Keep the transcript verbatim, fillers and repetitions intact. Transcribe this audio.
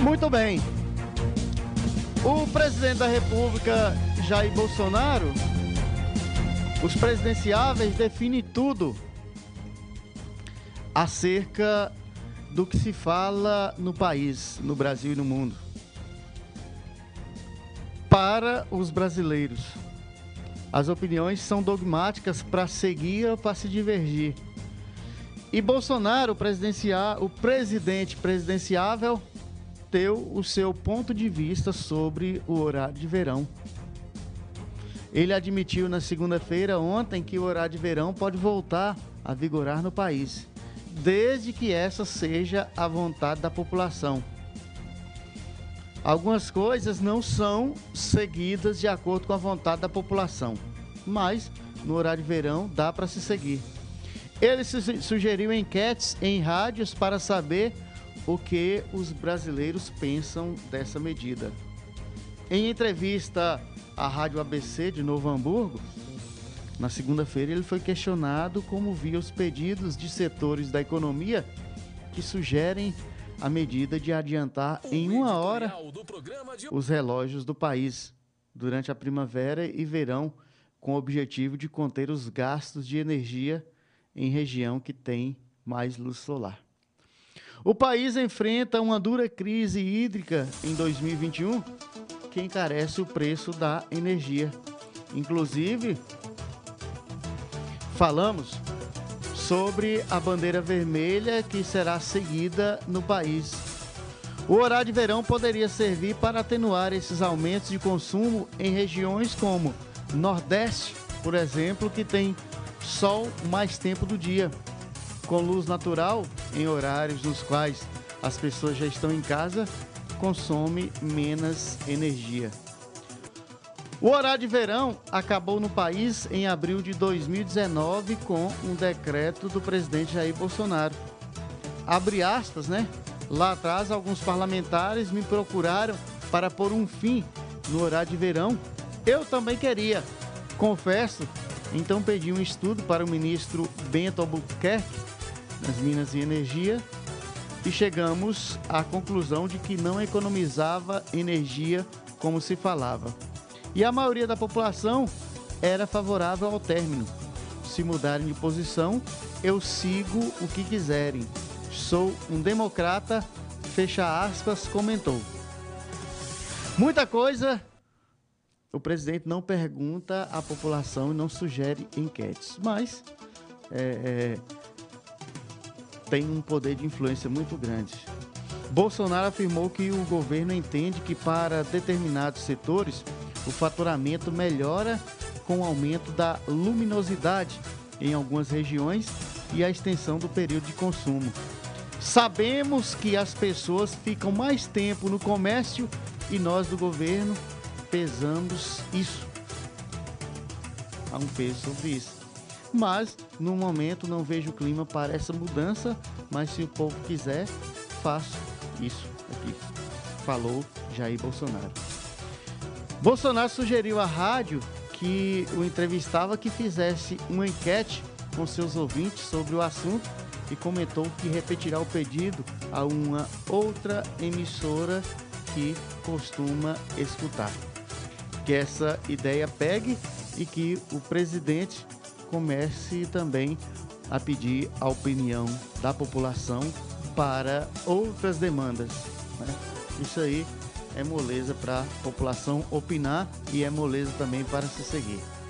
Muito bem. O presidente da República, Jair Bolsonaro, os presidenciáveis definem tudo acerca do que se fala no país, no Brasil e no mundo. Para os brasileiros, as opiniões são dogmáticas para seguir ou para se divergir. E Bolsonaro, presidencial, o presidente presidenciável, deu o seu ponto de vista sobre o horário de verão. Ele admitiu na segunda-feira, ontem, que o horário de verão pode voltar a vigorar no país, desde que essa seja a vontade da população. Algumas coisas não são seguidas de acordo com a vontade da população, mas no horário de verão dá para se seguir. Ele sugeriu enquetes em rádios para saber o que os brasileiros pensam dessa medida. Em entrevista à Rádio A B C de Novo Hamburgo, na segunda-feira, ele foi questionado como via os pedidos de setores da economia que sugerem a medida de adiantar em uma hora os relógios do país durante a primavera e verão, com o objetivo de conter os gastos de energia em região que tem mais luz solar. O país enfrenta uma dura crise hídrica em dois mil e vinte e um, que encarece o preço da energia. Inclusive, falamos sobre a bandeira vermelha que será seguida no país. O horário de verão poderia servir para atenuar esses aumentos de consumo em regiões como Nordeste, por exemplo, que tem sol mais tempo do dia, com luz natural em horários nos quais as pessoas já estão em casa, consome menos energia. O horário de verão acabou no país em abril de dois mil e dezenove com um decreto do presidente Jair Bolsonaro. Abre aspas, né? Lá atrás, alguns parlamentares me procuraram para pôr um fim no horário de verão. Eu também queria, confesso. Então pedi um estudo para o ministro Bento Albuquerque, nas Minas e Energia, e chegamos à conclusão de que não economizava energia como se falava. E a maioria da população era favorável ao término. Se mudarem de posição, eu sigo o que quiserem. Sou um democrata, fecha aspas, comentou. Muita coisa. O presidente não pergunta à população e não sugere enquetes, mas é, é, tem um poder de influência muito grande. Bolsonaro afirmou que o governo entende que para determinados setores o faturamento melhora com o aumento da luminosidade em algumas regiões e a extensão do período de consumo. Sabemos que as pessoas ficam mais tempo no comércio e nós do governo pesamos isso. Há um peso sobre isso. Mas, no momento, não vejo clima para essa mudança, mas se o povo quiser, faço isso aqui. Falou Jair Bolsonaro. Bolsonaro sugeriu à rádio que o entrevistava que fizesse uma enquete com seus ouvintes sobre o assunto e comentou que repetirá o pedido a uma outra emissora que costuma escutar. Que essa ideia pegue e que o presidente comece também a pedir a opinião da população para outras demandas, né? Isso aí é moleza para a população opinar e é moleza também para se seguir.